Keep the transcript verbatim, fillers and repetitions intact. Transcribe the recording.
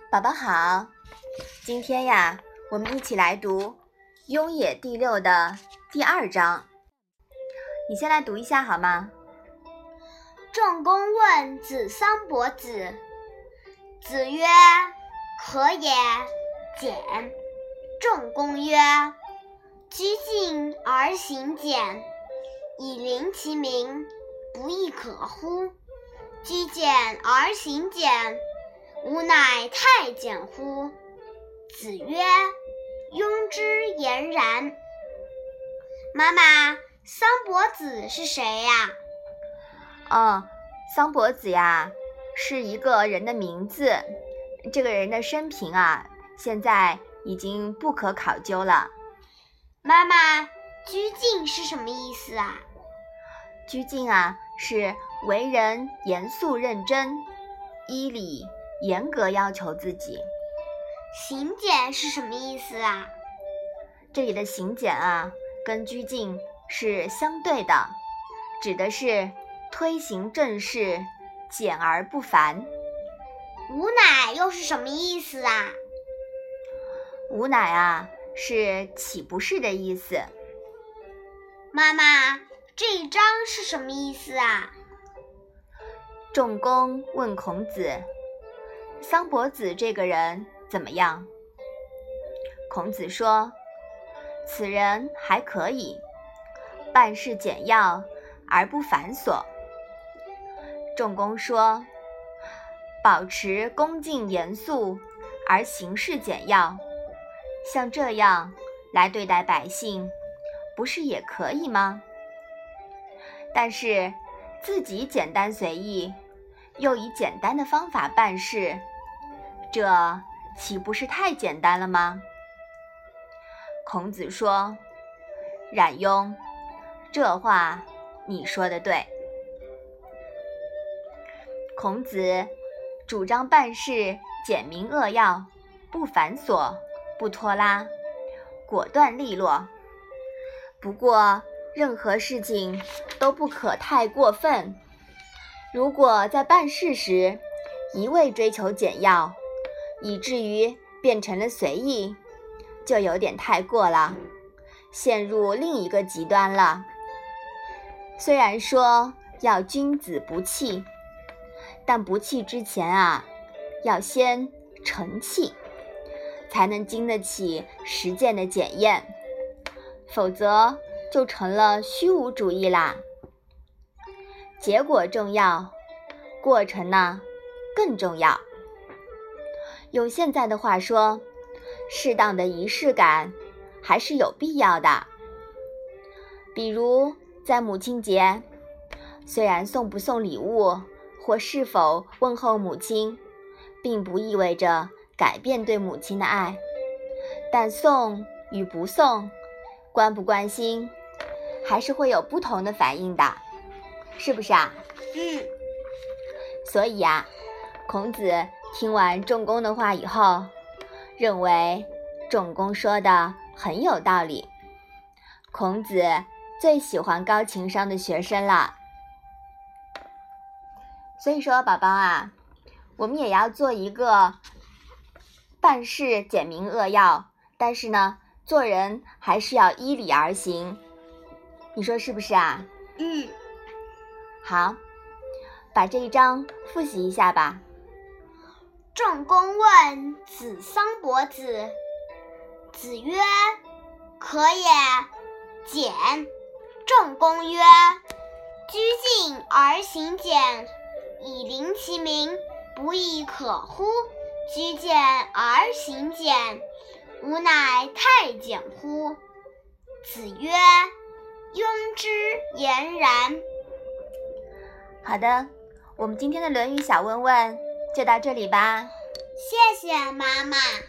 宝宝好，今天呀，我们一起来读《雍也》第六的第二章。你先来读一下好吗？ 仲弓问子桑伯子，子曰：可也，简。仲弓曰：居敬而行简，以临其民，不亦可乎？居简而行简，吾乃太监乎？子曰：庸之言然。妈妈，桑伯子是谁呀？ 哦，桑伯子呀，是一个人的名字。这个人的生平啊，现在已经不可考究了。 妈妈，居敬是什么意思啊？ 居敬啊，是为人严肃认真，依礼严格要求自己。 行简是什么意思啊？ 这里的行简啊，跟居敬是相对的，指的是推行政事，简而不繁。 吾乃又是什么意思啊？ 吾乃啊，是岂不是的意思。 妈妈，这一章是什么意思啊？ 仲弓问孔子，桑伯子这个人怎么样？孔子说，此人还可以，办事简要而不繁琐。仲弓说，保持恭敬严肃而行事简要，像这样来对待百姓，不是也可以吗？但是自己简单随意，又以简单的方法办事，这岂不是太简单了吗？孔子说，冉雍，这话你说得对。孔子主张办事简明扼要，不繁琐，不拖拉，果断利落。不过任何事情都不可太过分，如果在办事时一味追求简要，以至于变成了随意，就有点太过了，陷入另一个极端了。虽然说要君子不器，但不器之前啊，要先成器，才能经得起实践的检验，否则就成了虚无主义啦。结果重要，过程呢更重要。用现在的话说，适当的仪式感还是有必要的。比如在母亲节，虽然送不送礼物或是否问候母亲，并不意味着改变对母亲的爱，但送与不送，关不关心，还是会有不同的反应的，是不是啊？ 嗯。 所以啊，孔子听完仲弓的话以后，认为仲弓说的很有道理。孔子最喜欢高情商的学生了。所以说宝宝啊，我们也要做一个办事简明扼要，但是呢，做人还是要依礼而行。你说是不是啊？ 嗯。 好，把这一章复习一下吧。 仲弓问子桑伯子，子曰：可也，简。仲弓曰：居敬而行简，以临其民，不亦可乎？居简而行简，吾乃太监乎？子曰：庸之言然。 好的，我们今天的《论语》小问问就到这里吧。 谢谢妈妈。